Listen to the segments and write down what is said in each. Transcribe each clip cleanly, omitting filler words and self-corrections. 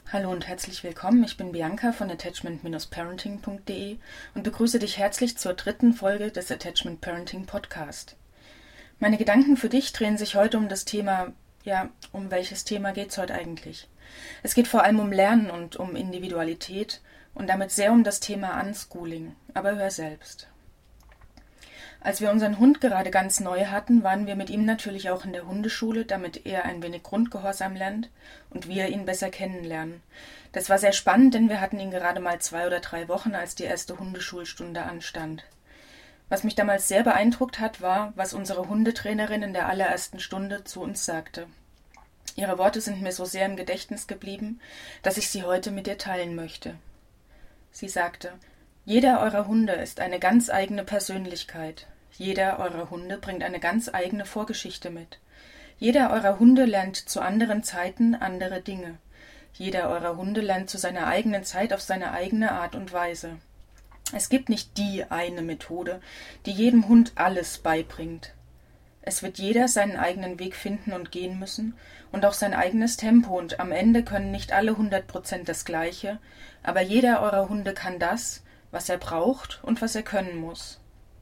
Hallo und herzlich willkommen, ich bin Bianca von attachment-parenting.de und begrüße dich herzlich zur 3. Folge des Attachment Parenting Podcast. Meine Gedanken für dich drehen sich heute um das Thema, um welches Thema geht es heute eigentlich? Es geht vor allem um Lernen und um Individualität und damit sehr um das Thema Unschooling, aber hör selbst. Als wir unseren Hund gerade ganz neu hatten, waren wir mit ihm natürlich auch in der Hundeschule, damit er ein wenig Grundgehorsam lernt und wir ihn besser kennenlernen. Das war sehr spannend, denn wir hatten ihn gerade mal 2 oder 3 Wochen, als die erste Hundeschulstunde anstand. Was mich damals sehr beeindruckt hat, war, was unsere Hundetrainerin in der allerersten Stunde zu uns sagte. Ihre Worte sind mir so sehr im Gedächtnis geblieben, dass ich sie heute mit dir teilen möchte. Sie sagte: Jeder eurer Hunde ist eine ganz eigene Persönlichkeit. Jeder eurer Hunde bringt eine ganz eigene Vorgeschichte mit. Jeder eurer Hunde lernt zu anderen Zeiten andere Dinge. Jeder eurer Hunde lernt zu seiner eigenen Zeit auf seine eigene Art und Weise. Es gibt nicht die eine Methode, die jedem Hund alles beibringt. Es wird jeder seinen eigenen Weg finden und gehen müssen und auch sein eigenes Tempo, und am Ende können nicht alle 100% das Gleiche, aber jeder eurer Hunde kann das, was er braucht und was er können muss.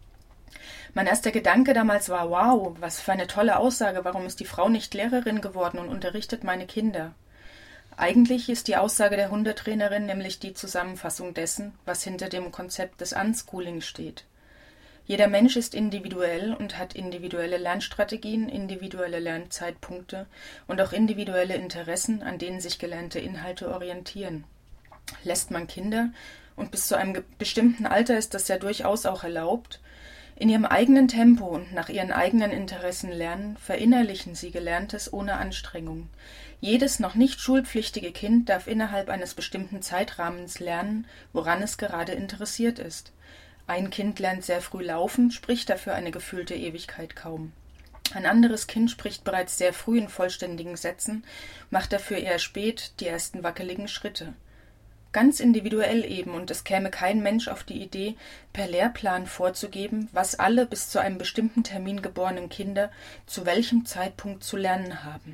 Mein erster Gedanke damals war: Wow, was für eine tolle Aussage, warum ist die Frau nicht Lehrerin geworden und unterrichtet meine Kinder? Eigentlich ist die Aussage der Hundetrainerin nämlich die Zusammenfassung dessen, was hinter dem Konzept des Unschooling steht. Jeder Mensch ist individuell und hat individuelle Lernstrategien, individuelle Lernzeitpunkte und auch individuelle Interessen, an denen sich gelernte Inhalte orientieren. Lässt man Kinder, und bis zu einem bestimmten Alter ist das ja durchaus auch erlaubt, in ihrem eigenen Tempo und nach ihren eigenen Interessen lernen, verinnerlichen sie Gelerntes ohne Anstrengung. Jedes noch nicht schulpflichtige Kind darf innerhalb eines bestimmten Zeitrahmens lernen, woran es gerade interessiert ist. Ein Kind lernt sehr früh laufen, spricht dafür eine gefühlte Ewigkeit kaum. Ein anderes Kind spricht bereits sehr früh in vollständigen Sätzen, macht dafür eher spät die ersten wackeligen Schritte. Ganz individuell eben, und es käme kein Mensch auf die Idee, per Lehrplan vorzugeben, was alle bis zu einem bestimmten Termin geborenen Kinder zu welchem Zeitpunkt zu lernen haben.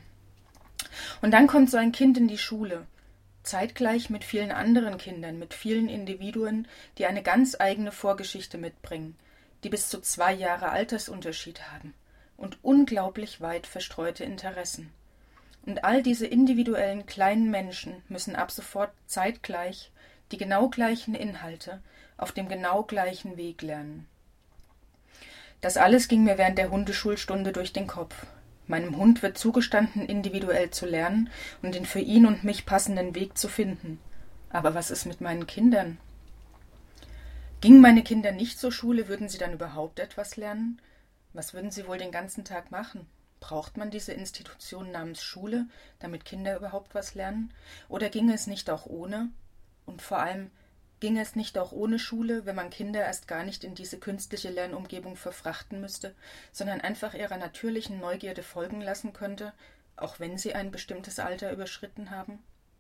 Und dann kommt so ein Kind in die Schule, zeitgleich mit vielen anderen Kindern, mit vielen Individuen, die eine ganz eigene Vorgeschichte mitbringen, die bis zu 2 Jahre Altersunterschied haben und unglaublich weit verstreute Interessen. Und all diese individuellen kleinen Menschen müssen ab sofort zeitgleich die genau gleichen Inhalte auf dem genau gleichen Weg lernen. Das alles ging mir während der Hundeschulstunde durch den Kopf. Meinem Hund wird zugestanden, individuell zu lernen und den für ihn und mich passenden Weg zu finden. Aber was ist mit meinen Kindern? Gingen meine Kinder nicht zur Schule, würden sie dann überhaupt etwas lernen? Was würden sie wohl den ganzen Tag machen? Braucht man diese Institution namens Schule, damit Kinder überhaupt was lernen? Oder ginge es nicht auch ohne? Und vor allem, ginge es nicht auch ohne Schule, wenn man Kinder erst gar nicht in diese künstliche Lernumgebung verfrachten müsste, sondern einfach ihrer natürlichen Neugierde folgen lassen könnte, auch wenn sie ein bestimmtes Alter überschritten haben?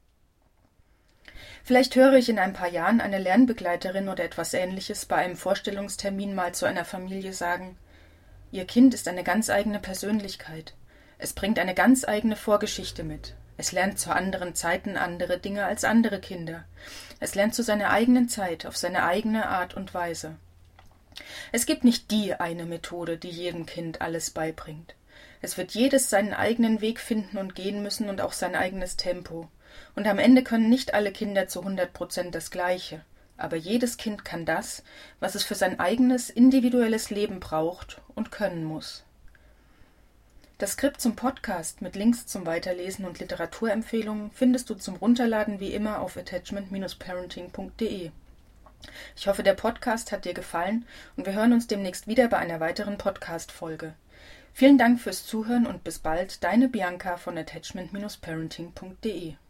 Vielleicht höre ich in ein paar Jahren eine Lernbegleiterin oder etwas Ähnliches bei einem Vorstellungstermin mal zu einer Familie sagen: Ihr Kind ist eine ganz eigene Persönlichkeit. Es bringt eine ganz eigene Vorgeschichte mit. Es lernt zu anderen Zeiten andere Dinge als andere Kinder. Es lernt zu seiner eigenen Zeit, auf seine eigene Art und Weise. Es gibt nicht die eine Methode, die jedem Kind alles beibringt. Es wird jedes seinen eigenen Weg finden und gehen müssen und auch sein eigenes Tempo. Und am Ende können nicht alle Kinder zu 100% das Gleiche. Aber jedes Kind kann das, was es für sein eigenes, individuelles Leben braucht und können muss. Das Skript zum Podcast mit Links zum Weiterlesen und Literaturempfehlungen findest du zum Runterladen wie immer auf attachment-parenting.de. Ich hoffe, der Podcast hat dir gefallen und wir hören uns demnächst wieder bei einer weiteren Podcast-Folge. Vielen Dank fürs Zuhören und bis bald, deine Bianca von attachment-parenting.de.